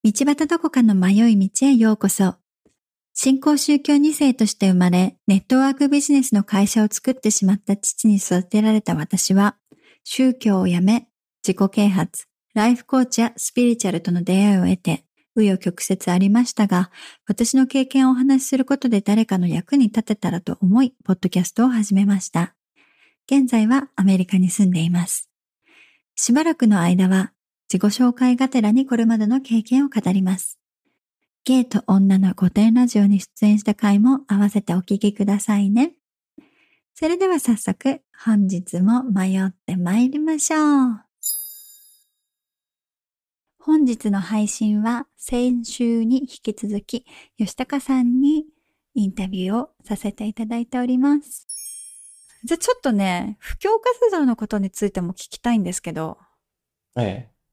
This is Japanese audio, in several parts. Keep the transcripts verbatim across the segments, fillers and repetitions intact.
道端どこかの迷い道へようこそ。新興宗教に世として生まれ、ネットワークビジネスの会社を作ってしまった父に育てられた私は、宗教をやめ、自己啓発、ライフコーチやスピリチュアルとの出会いを得て、紆余曲折ありましたが、私の経験をお話しすることで誰かの役に立てたらと思い、ポッドキャストを始めました。現在はアメリカに住んでいます。しばらくの間は、自己紹介がてらにこれまでの経験を語ります。ゲイと女の御殿ラジオに出演した回も合わせてお聞きくださいね。それでは早速、本日も迷って参りましょう。本日の配信は先週に引き続き、吉高さんにインタビューをさせていただいております。じゃあちょっとね、布教活動のことについても聞きたいんですけど。 ええ。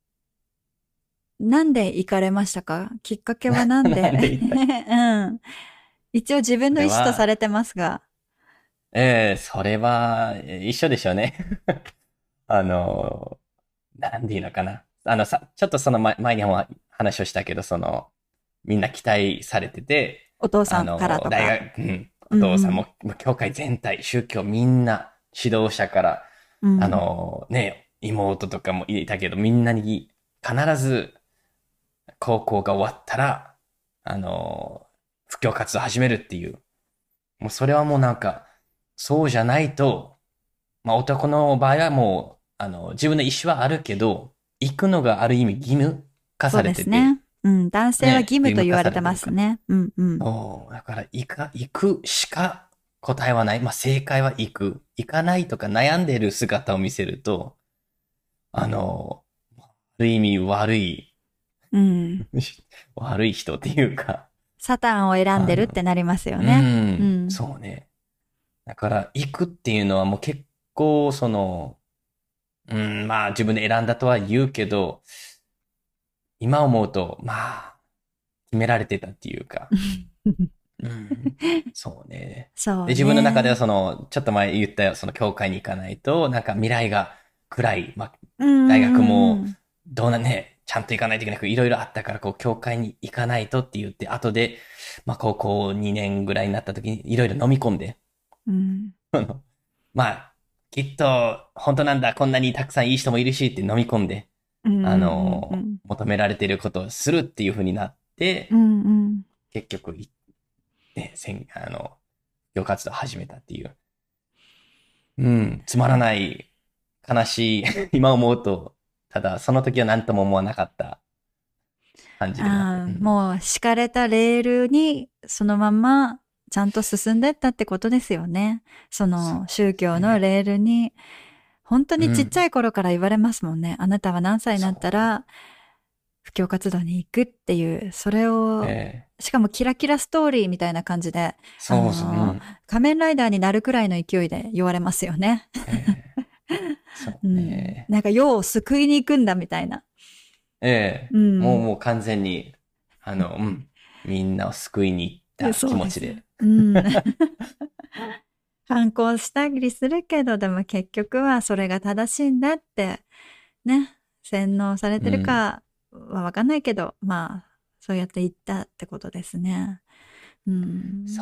なんで行かれましたか？きっかけはなんで？ なんで行ったうん。一応自分の意思とされてますが。 ええ、それは一緒でしょうね。あの、なんでいいのかな。あのさ、ちょっとその前前にも話をしたけど、その、みんな期待されてて、 お父さあんからとの、 か。 大学、うん、お父さんも、もう教会全体、宗教みんな、指導者から、 うん、 あの、ね、妹とかもいたけど、みんなに必ず、高校が終わったら、あの、布教活動始めるっていう。もうそれはもうなんか、そうじゃないと、まあ男の場合はもう、あの、自分の意思はあるけど、行くのがある意味義務化そうされてて。 ですね。うん、男性は義ね、 務と言われて義務化されてるから。 ますね。うんうん。 そう、だから行か、行くしか答えはない。まあ正解は行く。行かないとか悩んでる姿を見せると、あの、ある意味悪い、 うん。 悪い人っていうか、 サタンを選んでるってなりますよね。 うん、 うん。 そうね。だから、行くっていうのはもう結構、その、うん、まあ自分で選んだとは言うけど、今思うと、まあ、決められてたっていうか、うん、そうね。で、 そう自分の中ではね。 その、ちょっと前言ったよ、その教会に行かないと、なんか未来が暗い。まあ、 うんうん大学うんうも、 ん。 どうなね、ちゃんと行かないといけなく、いろいろあったから、こう、教会に行かないとって言って、後で、まあ、高校にねんぐらいになった時に、いろいろ飲み込んで、 うん。 まあ、きっと、本当なんだ、こんなにたくさんいい人もいるしって飲み込んで、あうんうんうんうの、 ん。 求められていることをするっていう風になって、 うんうん。 結局、ね、せん、あの、業活動を始めたっていう。うん、つまらない、悲しい、今思うと、ただ、その時は何とも思わなかった感じでもある。 ああ、 うん、 もう敷かれたレールにそのままちゃんと進んでったってことですよね。そそうの宗教のね。 レールに、本当にちっちゃうん、 い頃から言われますもんね。あなたは何歳になったそうね。 ら布教活動に行くっていう、それを、 ええ、 しかもキラキラストーリーみたいな感じで、あそうそう、うのーん。 仮面ライダーになるくらいの勢いで言われますよね。 ええ、そううん。 ね。 なんか世を救いに行くんだみたいな。 ええ、 うん。 もうもう完全に、あの、うん、みんなを救いに行った気そうですよ。 持ちで。 うん。反抗したりするけど、でも結局はそれが正しいんだって、ね、洗脳されてるうん、 かはわかんないけど、まあ、そうやって言ったってことですね。うん。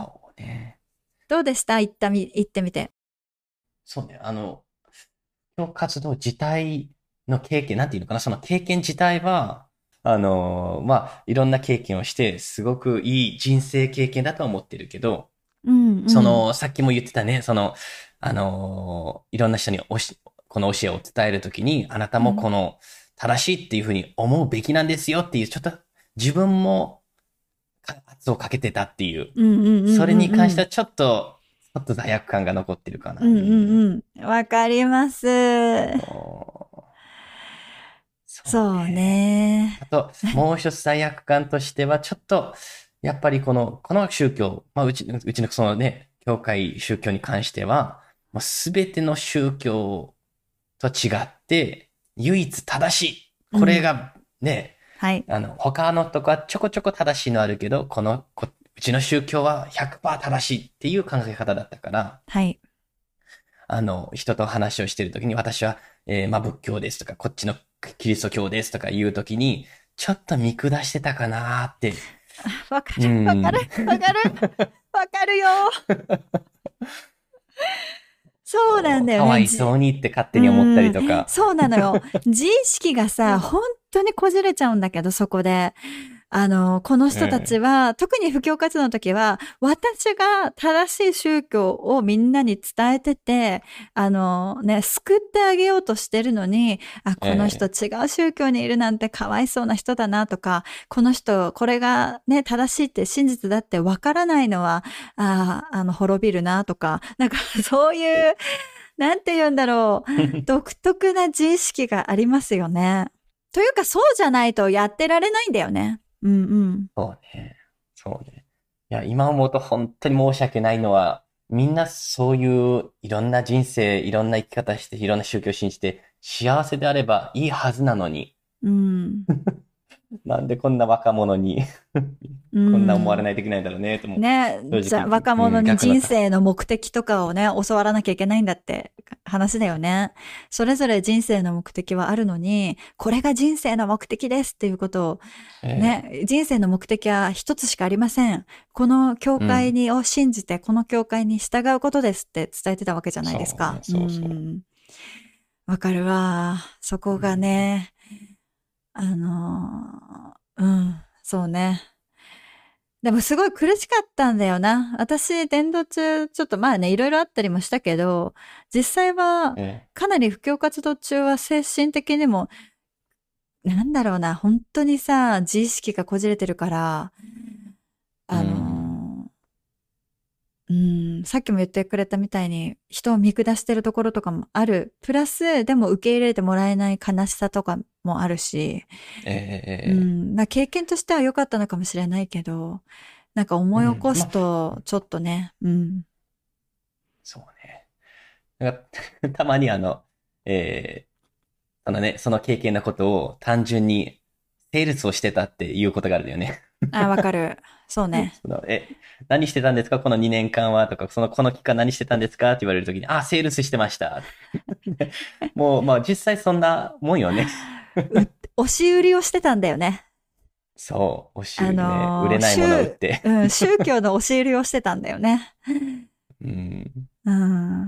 そうね。 どうでした？行ったみ、行ってみて。 そうね。あの、布教活動自体の経験、なんていうのかな、その経験自体は、あの、まあ、いろんな経験をして、すごくいい人生経験だとは思ってるけど、 うんうん。 その、さっきも言ってたね、その、あの、いろんな人におし、この教えを伝えるときに、あなたうん。 もこの、正しいっていうふうに思うべきなんですよっていう、ちょっと、自分も、圧をかけてたっていう。 うんうんうんそれにうんうん。 関してはちょっと、ちょっと罪悪感が残ってるかな。 うんううん。 んうん。わかります。 おー、そうそうね。 ね。 あと、もう一つ罪悪感としては、ちょっと、やっぱりこの、この宗教、まあ、うち、うちのそのね、教会宗教に関しては、すべての宗教と違って、唯一正しい。これうん。 がね、 はい。 あの、他のとこはちょこちょこ正しいのあるけど、この、こうちの宗教はひゃくパーセント正しいっていう考え方だったから、 はい。 あの、人と話をしているときに、私は、えーまあ仏教ですとか、こっちのキリスト教ですとか言うときに、 ちょっと見下してたかなーって。 わかうる、わかる、 ん。 わかる、わかるよ。そうなんだよね。 かわいじ、 そうにって勝う手に思ったりん、 とか。 そうなのよ。自意識がさ、本当にこじれちゃうんだけど、そこで。あの、この人たちうん。 は、特に布教活動の時は、私が正しい宗教をみんなに伝えてて、あのね、救ってあげようとしてるのに、あ、この人え違う宗教にいるなんてかわいそうな人だなとか、この人、これがね、正しいって真実だってわからないのは、ああ、あの、滅びるなとか、なんかそういう、なんて言うんだろう、 え。 独特な自意識がありますよね。というか、そうじゃないとやってられないんだよね。うんうん。 そうね。そうね。いや、今思うと本当に申し訳ないのは、みんなそういういろんな人生、いろんな生き方して、いろんな宗教を信じて、幸せであればいいはずなのに、 うん。 なんでこんな若者にうこんな思われん。 ないといけないんだろうね、とも、 ね、じゃ、 正直、 若うん、 者に逆のか。 人生の目的とかをね、教わらなきゃいけないんだって話だよね。それぞれ人生の目的はあるのに、これが人生の目的ですっていうことを、 えね、人生の目的は一つしかありません。この教え、うん。 会にを信じて、この教会に従うことですって伝えてたわけじゃないですそうね、 か。うそうそう。 ん。わかるわ。そこがうん、 ね、あのーうん、そうね。でもすごい苦しかったんだよな。私、伝道中、ちょっとまあね、いろいろあったりもしたけど、実際は、 えかなり布教活動中は精神的にも、なんだろうな、本当にさ、自意識がこじれてるから、 え、うあん。 のー、うん、さっきも言ってくれたみたいに、人を見下してるところとかもある。プラス、でも受け入れてもらえない悲しさとかもあるし、 ええ、 うん、な経験としては良かったのかもしれないけど、なんか思い起うん。 こすまあ、 と、ちょっとね、うん。 そうね。なんかたまにあの、ええ、そのね、その経験のことを単純に、セールスをしてたっていうことがあるんだよね。 あ、わかる。そうね。 その、え、何してたんですかこのにねんかんはとか、その、この期間何してたんですかって言われるときに、あ、セールスしてました。もう、まあ実際そんなもんよね。 う、押し売りをしてたんだよね。 そう、おあしね、売のー、 れないものを売っ宗、 て。 うん、宗教の押し売りをしてたんだよね。 うん。 うん。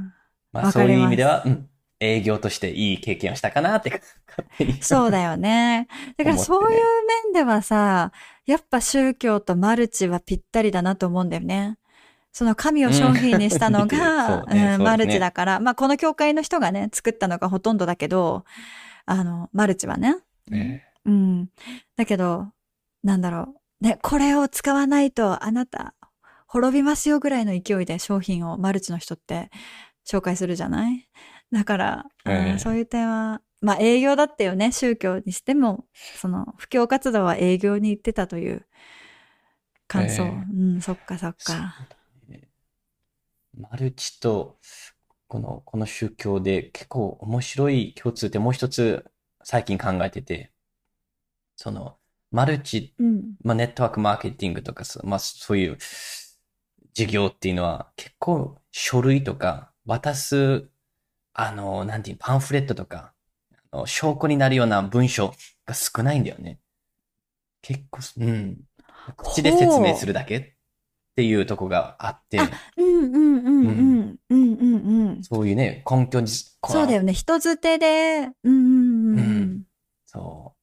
わかまあそういう意味では、 ります。 うん、営業としていい経験をしたかなって勝手にそうだよね。だから思ってそういうね。 面ではさ、やっぱ宗教とマルチはぴったりだなと思うんだよね。その神をうん。 商品にしたの似てる。 が、 そうね、 うん、マルチだそうですね。 から、まあこの教会の人がね、作ったのがほとんどだけど、あの、マルチはね。 えうん。だけど、なんだろう。ね、これを使わないとあなた滅びますよぐらいの勢いで商品をマルチの人って紹介するじゃない。だから、 え、えあーそういう点は、まあ営業だったよね。宗教にしても、その、布教活動は営業に行ってたというえ、 感想。 ええ、 うん、そっかそっか。 そうだね。マルチと、この、この宗教で結構面白い共通ってもう一つ最近考えてて、その、マルチ、 うん。 まあ、ネットワークマーケティングとかさ、まあ、そういう事業っていうのは結構書類とか渡す、あの、なんていう、パンフレットとか、あの証拠になるような文章が少ないんだよね。結構、うん。口で説明すほう。 るだけっていうとこがあっあ、 て、 うんうんうんううん。 ん。うんうんうん。 そういうね、根拠に、この、 そうだよね。人づてで、うんうんうんううん。 ん。 そう。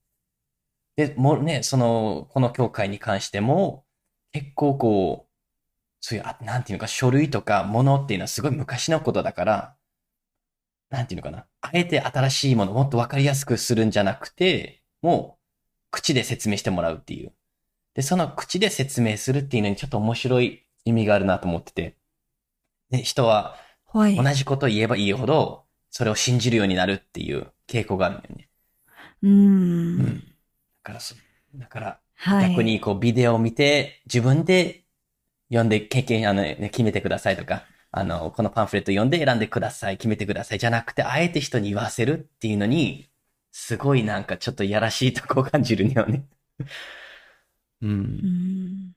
で、もうね、その、この教会に関しても、結構こう、そういう、あ、なんていうのか、書類とか物っていうのはすごい昔のことだから、なんていうのかな。あえて新しいものをもっとわかりやすくするんじゃなくて、もう、口で説明してもらうっていう。で、その口で説明するっていうのにちょっと面白い意味があるなと思ってて。で、人は同はい。 じことを言えばいいほど、それを信じるようになるっていう傾向があるんだよね。 うーん。 うん。だからそ、だから、 はい。 逆にこうビデオを見て、自分で読んで経験、あの、ね、決めてくださいとか、あの、このパンフレット読んで選んでください、決めてください、じゃなくて、あえて人に言わせるっていうのに、すごいなんかちょっといやらしいとこを感じるんだよね。ううーん。 ん。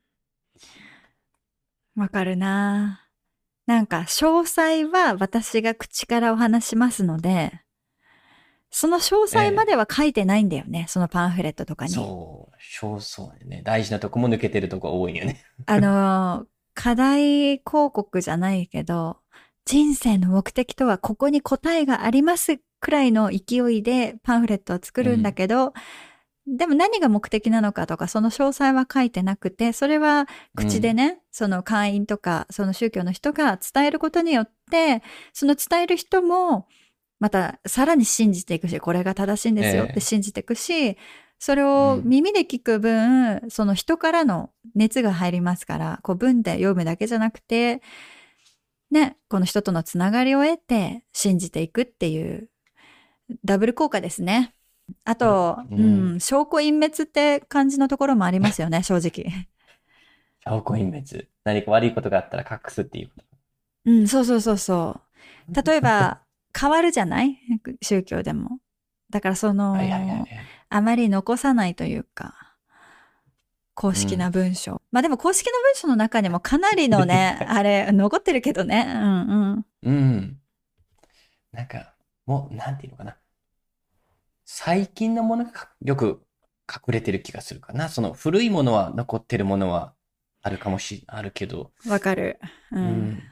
わかるな。なんか、詳細は私が口からお話しますので、 その詳細までは書いてないんだよね、そのパンフレットとかに。 そう、そうそうだよね。大事なとこも抜けてるとこ多いよね。 あの、課題広告じゃないけど、人生の目的とはここに答えがありますくらいの勢いでパンフレットを作るんだけど、でも何が目的なのかとか、その詳細は書いてなくて、それは口でね、その会員とか、その宗教の人が伝えることによって、その伝える人も、またさらに信じていくし、これが正しいんですよって信じていくし、それを耳で聞く分、その人からの熱が入りますから、こう文で読むだけじゃなくて、ね、この人とのつながりを得て信じていくっていうダブル効果ですね。あと、 ううんん、証拠隠滅って感じのところもありますよね、正直。 証拠隠滅。何か悪いことがあったら隠すっていうこと。 うん、そうそうそうそう。例えば、変わるじゃない宗教でも。だからその、 はいはいはいはい。 あまり残さないというか、公式な文章。まあでも公式な文章の中にもかなりのね、あれ、残ってるけどね。うんうん。 うん。なんか、もう、なんていうのかな。最近のものがかよく隠れてる気がするかな。その古いものは残ってるものはあるかもし、あるけど。 わかる。う。 うんん。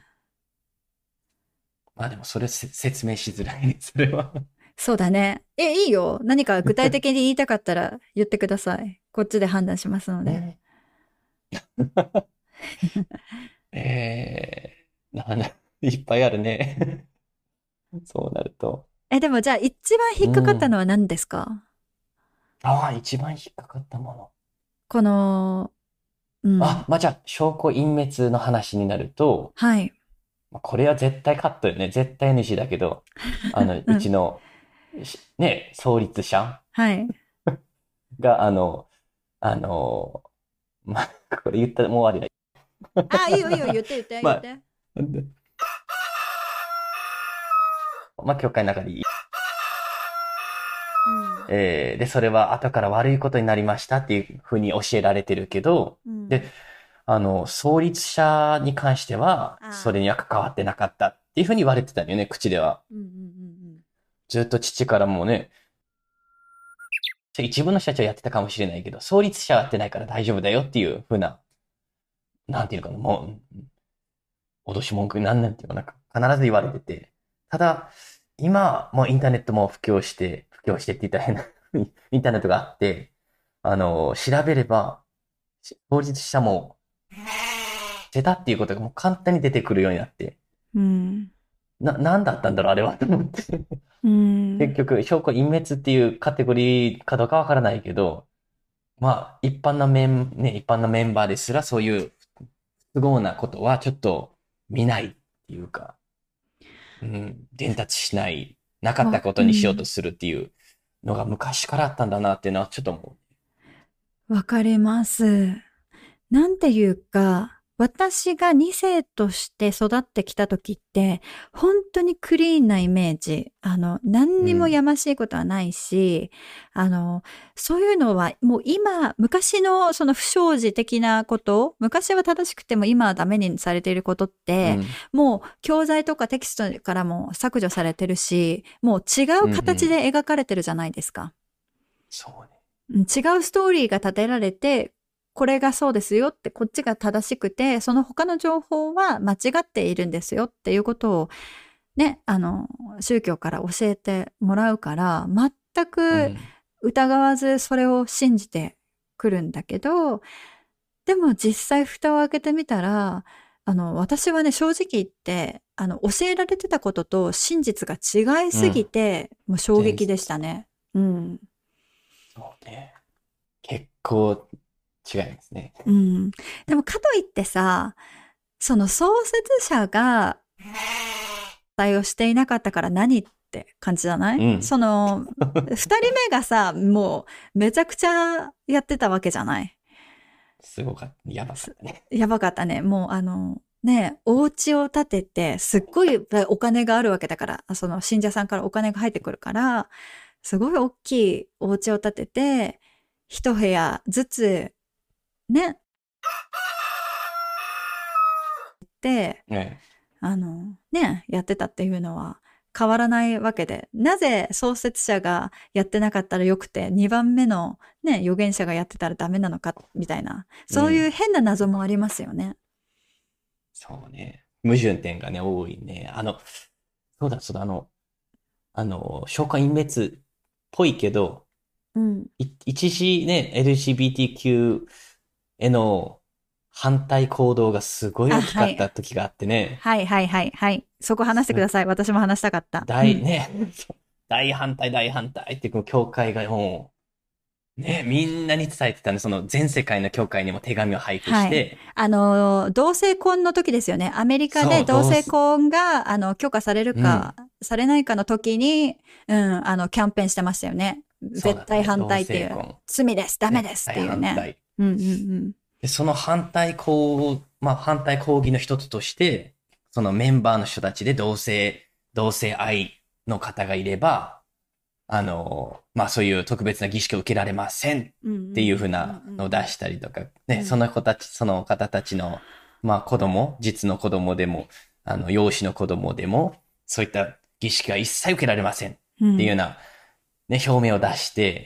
まあでもそれせ説明しづらいね、それは。 そうだね。え、いいよ。何か具体的に言いたかったら言ってください。こっちで判断しますので。 ね。えー、なんだ、いっぱいあるね。そうなると。 え、でもじゃあ一番引っかかったうん。 のは何ですか？ ああ、一番引っかかったもの。 この、うあ、 ん。 まあ、じゃあ、証拠隠滅の話になると、 はい。 まあこれは絶対カットよね。絶対 エヌジー だけど、あの、 うん。 うちの、しね、創立者はい。 が、あの、あの、まあ、これ言ったらもう終わりあ、いいよいいよ、 だ。 言って言ってまあ、 言って。 まあ、教会の中でいい。 うん。 えーで、それは後から悪いことになりましたっていうふうに教えられてるけど、 うん。 で、あの、創立者に関しては、 あそれには関わってなかったっていうふうに言われてたんよね、口では。 うんうんうんずっと父からもね、一部の社長やってたかもしれないけど、創立者はやってないから大丈夫だよっていうふうな、なんていうのかな、もう、脅し文句なんなんていうのかな、必ず言われてて。ただ、今、もうインターネットも普及して、普及してって言ったら変な、インターネットがあって、あの、調べれば、当日者もしてたっていうことがもう簡単に出てくるようになって、 うん。 な、なんだったんだろう、あれは、と思って。 うん。 結局、証拠隠滅っていうカテゴリーかどうかわからないけど、まあ、一般なメン、ね、一般なメンバーですらそういう不都合なことはちょっと見ないっていうか、うん、伝達しない、なかったわ、 ことにしようとうん。 するっていうのが昔からあったんだなっていうのはちょっと思わかります。なんていうか、私がに世として育ってきた時って、本当にクリーンなイメージ。あの、何う。うにもやん。 ましいことはないし、あの、そういうのはもう今、昔のその不祥事的なこと、昔は正しくても今はダメにされていることって、 うん。 もう教材とかテキストからも削除されてるし、もう違ううん。うん。 形で描かれてるじゃないですか。 そうね。 うん、違うストーリーが立てられて、これがそうですよって、こっちが正しくて、その他の情報は間違っているんですよっていうことをね、あの、宗教から教えてもらうから、全くうん。 疑わずそれを信じてくるんだけど、でも実際蓋を開けてみたら、あの、私はね、正直言って、あの、教えられてたことと真実が違いすぎうん。 て、もう衝全撃でし然違う。 たね。うん。 そうね。結構違いますね。 うん。でもかといってさ、その創設者が対応していなかったから何って感じじゃない？ うん。 その、二人目がさ、もうめちゃくちゃやってたわけじゃない。 すごかった。やばかっすたね。 やばかったね。もうあの、ね、お家を建てて、すっごいお金があるわけだから、その信者さんからお金が入ってくるから、すごい大きいお家を建てて、一部屋ずつ、ね、で、 ね。 あの、ね、やってたっていうのは、 変わらないわけで、なぜ創設者がやってなかったらよくて、にばんめのね、預言者がやってたらダメなのか、みたいな、そういう変な謎もありますよね。うん、 そうね。矛盾点がね、多いね。あの、そうだ、そうだ、あの、あの、消化隠滅っぽいけど、 うん、 一時ね、エルジービーティーキュー への反対行動がすごい大きかった時があってね。 はい、はい、はい、はい。そこ話してください。私も話したかった。 大、ね、大反対、大反対ってこの教会がもう、ね、みんなに伝えてたね。その全世界の教会にも手紙を配布して。はい、 あの、同性婚の時ですよね。アメリカで同性婚が、あの、許可されるか、うん、されないかの時に、うん、あの、キャンペーンしてましたよね。絶対反対っていう。罪です、ダメですっていうね。対うんうんうん。 で、その反対抗、まあ、反対抗議の一つとして、そのメンバーの人たちで同性、同性愛の方がいれば、あの、まあ、そういう特別な儀式を受けられませんっていうふうなのを出したりとか、ね、うん、その子たち、その方たちの、まあ、子供、実の子供でも、あの、養子の子供でも、そういった儀式が一切受けられませんっていうような、うんね、表明を出して、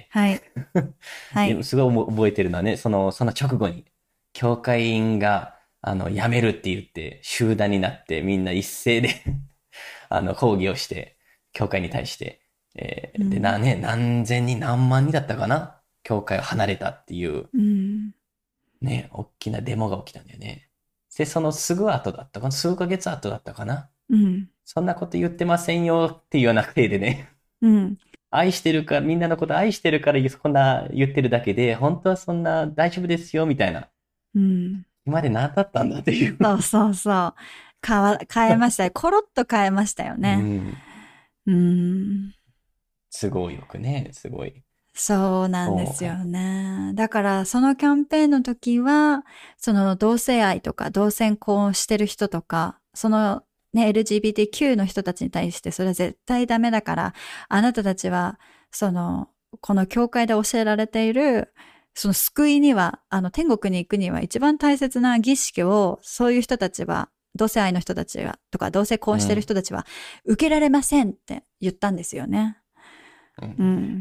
はい。 はい。すごい覚えてるのはね、その、その直後に、教会員が、あの、辞めるって言って、集団になって、みんな一斉であの、抗議をして、教会に対して、えー、で、な、ね、何千人、何万人だったかな教会を離れたっていう、 うん、 ね、大きなデモが起きたんだよね。で、そのすぐ後だったかな数ヶ月後だったかなうん。 そんなこと言ってませんよっていうような体でね。 うん。 愛してるから、みんなのこと愛してるからそんな言ってるだけで、本当はそんな大丈夫ですよ、みたいな。 うん。 今まで何だったんだっていう。 そうそうそう。変わ、変えましたよ。コロッと変えましたよね。うん。うんすごいよくね、すごい。 そうなんですよね。だからそのキャンペーンの時は、その同性愛とか同性婚をしてる人とか、そのね、エルジービーティーキュー の人たちに対してそれは絶対ダメだから、あなたたちは、その、この教会で教えられている、その救いには、あの、天国に行くには一番大切な儀式を、そういう人たちは、同性愛の人たちは、とか同性婚してる人たちは、受けられませんって言ったんですよね。うん、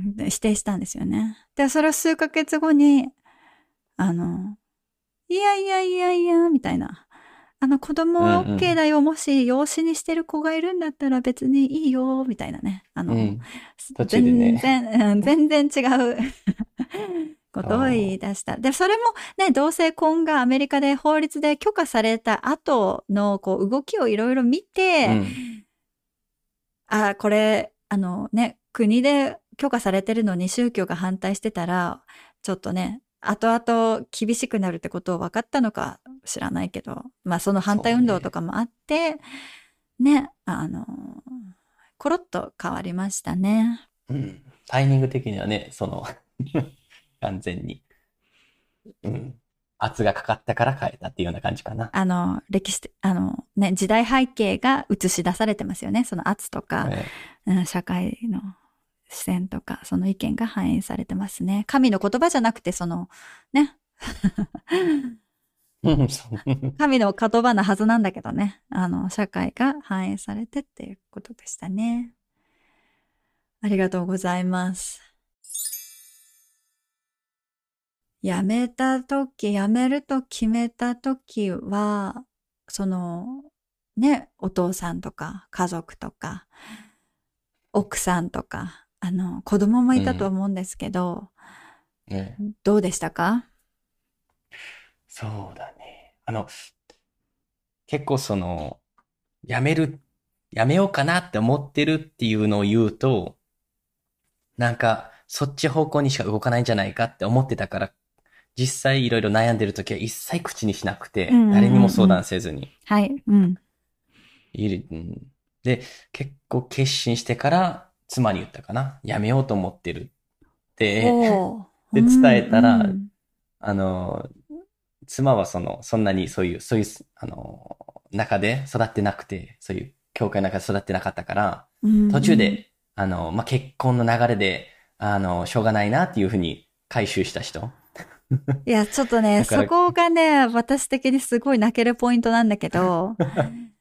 否定したんですよね。で、それを数ヶ月後に、あの、いやいやいやいや、みたいな。あの、子供は OK だよ。うんうん、もし養子にしてる子がいるんだったら別にいいよ、みたいなね。あの、うん、途中でね、全然、全然違うことを言い出した。で、それもね、同性婚がアメリカで法律で許可された後のこう動きをいろいろ見て、うん、あ、これ、あのね、国で許可されてるのに宗教が反対してたら、ちょっとね、後々厳しくなるってことを分かったのか知らないけど、まあその反対運動とかもあって、ね、ね、あの、コロッと変わりましたね。 うん。タイミング的にはね、その完全に、うん。圧がかかったから変えたっていうような感じかな。 あの、歴史、あの、ね、時代背景が映し出されてますよね。その圧とか、ええうん、社会の視線とか、その意見が反映されてますね。神の言葉じゃなくて、その、ね。神の言葉なはずなんだけどね。あの、社会が反映されてっていうことでしたね。ありがとうございます。辞めたとき、辞めると決めたときは、その、ね、お父さんとか家族とか、奥さんとか、あの、子供もいたと思うんですけど、うんね、どうでしたか？ そうだね。あの、結構その、辞める、辞めようかなって思ってるっていうのを言うと、なんか、そっち方向にしか動かないんじゃないかって思ってたから、実際いろいろ悩んでるときは一切口にしなくて、うんうんうんうん、誰にも相談せずに。 はい。うん。 いる、うん。で、結構決心してから妻に言ったかな。やめようと思ってるって。で、伝えたら、うんうん、あの、妻はその、そんなにそういう、そういう、あの、中で育ってなくて、そういう教会の中で育ってなかったから、うんうん、途中で、あの、まあ、結婚の流れで、あの、しょうがないなっていうふうに回収した人。 いや、ちょっとね、そこがね、私的にすごい泣けるポイントなんだけど、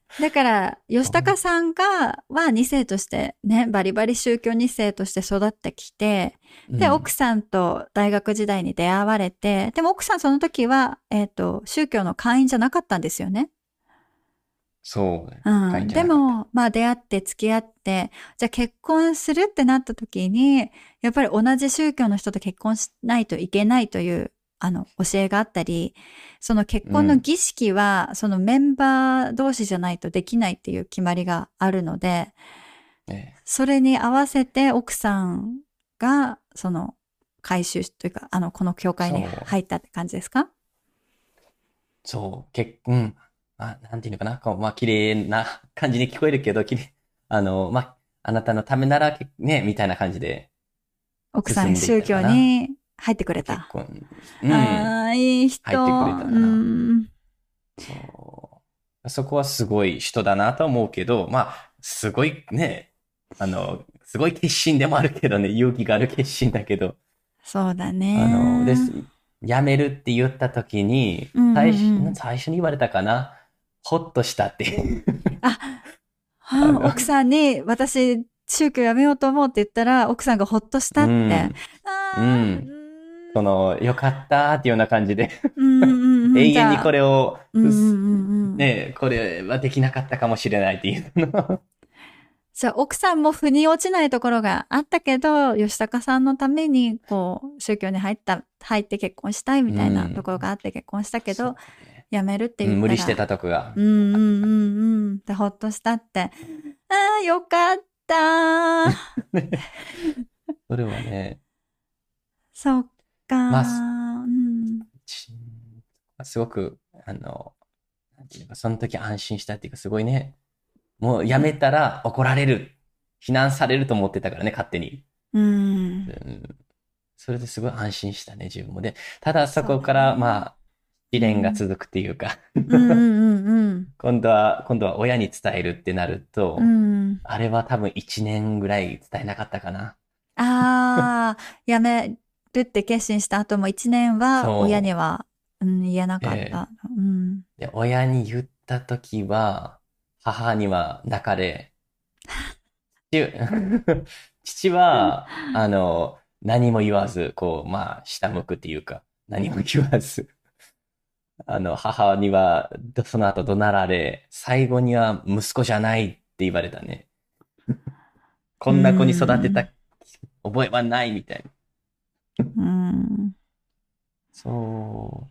だから、吉高さんが、はに世としてね、バリバリ宗教に世として育ってきて、で、 うん、 奥さんと大学時代に出会われて、でも奥さんその時は、えっと、宗教の会員じゃなかったんですよね。 そう、 うん。 会員じゃなかった。 でも、まあ出会って付き合って、じゃあ結婚するってなった時に、やっぱり同じ宗教の人と結婚しないといけないという、あの、教えがあったり、その結婚のうん。 儀式は、そのメンバー同士じゃないとできないっていう決まりがあるので、 ね、 それに合わせて奥さんが、その、改宗というか、あの、この教会にそう、 入ったって感じですか？ そう、結婚、まあ、なんていうのかな、こう、まあ、綺麗な感じに聞こえるけど、綺麗、あの、まあ、あなたのためならけ、ね、みたいな感じで奥さ進んでいっん宗教たのかな。 に入ってくれた。 結婚、うん、 ああ、いい人。 入ってくれたうかな。 ん。 そう。そこはすごい人だなと思うけど、まあ、すごいね、あの、すごい決心でもあるけどね、勇気がある決心だけど、 そうだあの、でね。 す。辞めるって言った時に、 うんうん最初、 うん。 最初に言われたかな。ほっとしたっていう。 あ、 あはあ、 の、 奥さんに私宗教やめようと思うって言ったら奥さんがほっとしたうって。あん、うあ、うん。その、よかったっていうような感じでんうんうんうん。 永遠にじゃあ、 これを、 うんうんうんうん。 ね、これはできなかったかもしれないっていうの。 じゃあ奥さんも腑に落ちないところがあったけど、吉高さんのためにこう宗教に入った、入って結婚したいみうたいなところがん。 あって結婚したけそど、 うね。 やめるってうん、無理して言ったら、 たとこがうんうんうあった。 んうん。で、ほっとしたって。ああ、よかった。 それはね、 そっか。 まあ、すうん。 ちすごく、あの、なんていうのか、その時安心したっていうか、すごいね、もうやめたら怒られる。非難されると思ってたからね、勝手に。 うん。 うん、それですごい安心したね、自分も。で、ただそそうだこから、まね。 あ、試練がうん。 続くっていうかうんうんうん今度は、今度は親に伝えるってなるうん。 と、 うん。 あれは多分いちねんぐらい伝えなかったかな。 ああ、やめるって決心した後も一年は親にそは、うん、言えなう。 かっえた。うん。 ーで、親に言った時は、母には泣かれ、父父は、あの、何も言わず、こう、まあ、下向くっていうか、何も言わず、あの、母には、どその後怒鳴られ、最後には息子じゃないって言われたね。こうんな子に育てたん。 覚えはないみたいな。 うん。 そう、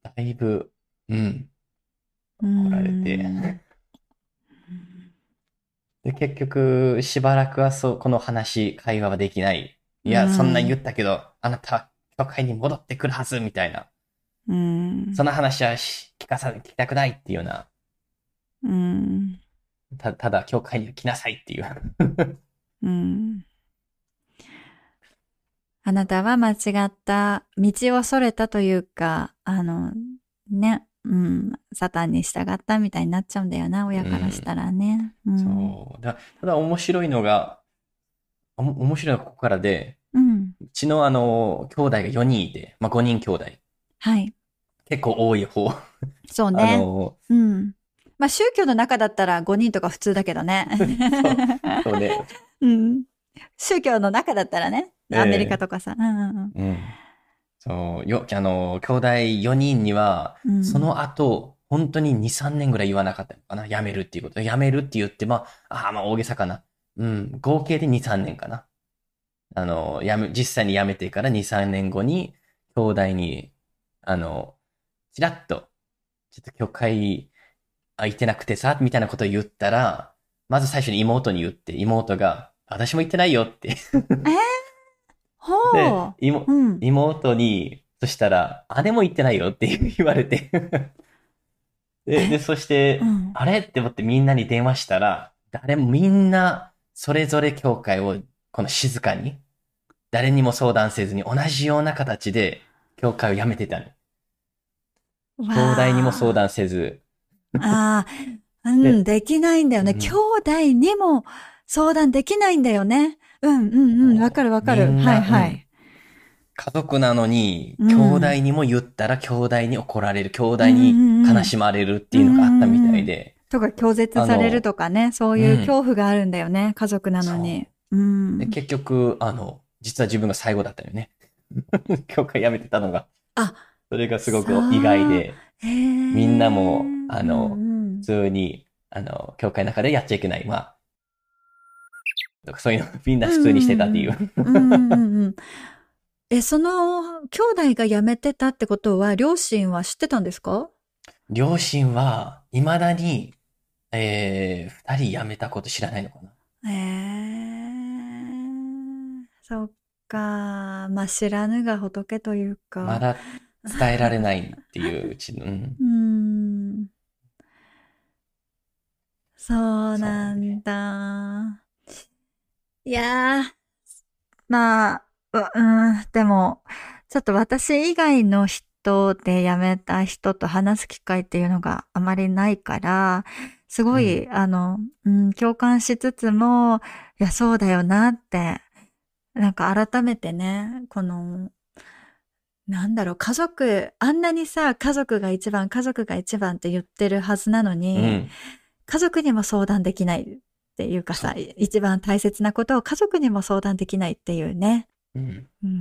だいぶ、うん、 う怒られて。 ん。 で、結局、しばらくはそう、この話、会話はできない。いうや、そんなん言ん。 ったけど、あなたは教会に戻ってくるはず、みたいな。 うん。 その話はし聞かさ、聞きたくないっていうような。 うん。 た、ただ、教会には来なさいっていう。 うん。あなたは間違った道をそれたというか、あの、ね、うん、サタンに従ったみたいになっちゃうんだよな、親うからしたん。 らね。うん。 そう。だ、ただ面白いのが、おも面白いのがここからで、 うん。 うちのあの、兄弟がよにんいて、まあごにん兄弟。 はい。 結構多い方。あそうね。 の、 うん。まあ宗教の中だったらごにんとか普通だけどね。 そう、そうね。 うん。宗教の中だったらね。アメリカえとかさ。うんうんえ、うん。そう、よ、あの、兄弟よにんには、 うん。うん。 その後、本当にに、さんねんぐらい言わなかったのかな。辞めるっていうこと。辞めるって言って、まあ、ああ、まあ大げさかな。うん、合計でに、さんねんかな。あの、辞め、実際に辞めてからに、さんねんごに、兄弟に、あの、ちらっと、ちょっと教会空いてなくてさ、みたいなことを言ったら、まず最初に妹に言って、妹が、私も言ってないよってえー、ほで、 う。 妹、 うん。 妹に、そしたら、姉も言ってないよって言われてで、で、 え、 そして、 うん。 あれって思ってみんなに電話したら、誰もみんな、それぞれ教会を、この静かに、誰にも相談せずに同じような形で、教会を辞めてたの。 わ兄弟にも相あ。 談せず。 ああ、うん、 で、 できないんだよね。兄うん、 弟にも相談できないんだよね。うんうんうん。わかるわかる。はいみんな、うん。 はい。 家族なのに、 う兄弟ん。 にも言ったら兄弟に怒られる、兄うん弟にうんうん。 悲しまれるってうんういうのがあったみんうん。 たいで、 とか拒絶されるとかね、そういう恐怖があるんだよね、うん、家族なのに。う。うんで。結局、あの、実は自分が最後だったよね。教会辞めてたのが。 あ、 それがすごく意外で、みんなも、あの、 うんうん、 普通に、あの、教会の中でやっちゃいけない。まあ、とかそういうのみんな普通にしてたっていう。 うんうんうん、え、その、兄弟が辞めてたってことは、両親は知ってたんですか？ 両親は、未だに、えー、二人辞めたこと知らないのかな。 えー、そっか。まあ、知らぬが仏というか。 まだ伝えられないっていううちの、うん。 うーん。そうそうね。 なんだ。いやー、まあ、う、うん、でも、ちょっと私以外の人で辞めた人と話す機会っていうのがあまりないから、すごい、 うん。 あの、うん、共感しつつも、いや、そうだよなって、なんか改めてね、この、なんだろう、家族、あんなにさ、家族が一番、家族が一番って言ってるはずなのに、 うん。 家族にも相談できないっていうかさ、 そう。 一番大切なことを家族にも相談できないっていうね。 うん。 うん、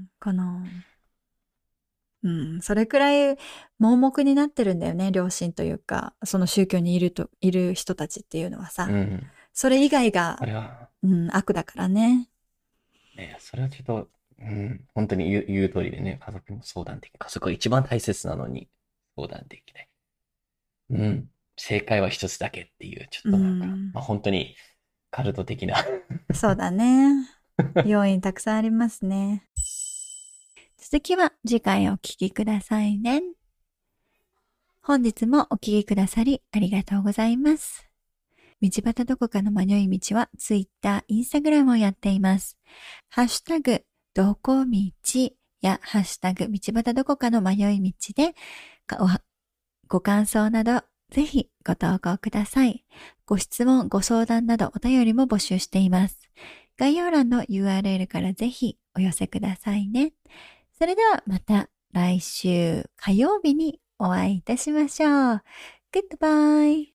この、うん、それくらい盲目になってるんだよね、両親というか、その宗教にいると、いる人たちっていうのはさ。 うん。 それ以外が、 あれは、 うん、悪だからね。 ね、それはちょっと、うん、本当に言う、言う通りでね、家族にも相談できない。家族が一番大切なのに相談できない。うん。正解は一つだけっていう、ちょっうとなんか、 ん、 まあ本当にカルト的な。 そうだね。要因たくさんありますね。続きは次回お聞きくださいね。本日もお聞きくださりありがとうございます。道端どこかの迷い道は Twitter、Instagram をやっています。ハッシュタグ、どこ道やハッシュタグ、道端どこかの迷い道でご感想などぜひご投稿ください。ご質問、ご相談などお便りも募集しています。概要欄の ユーアールエル からぜひお寄せくださいね。それではまた来週火曜日にお会いいたしましょう。Goodbye!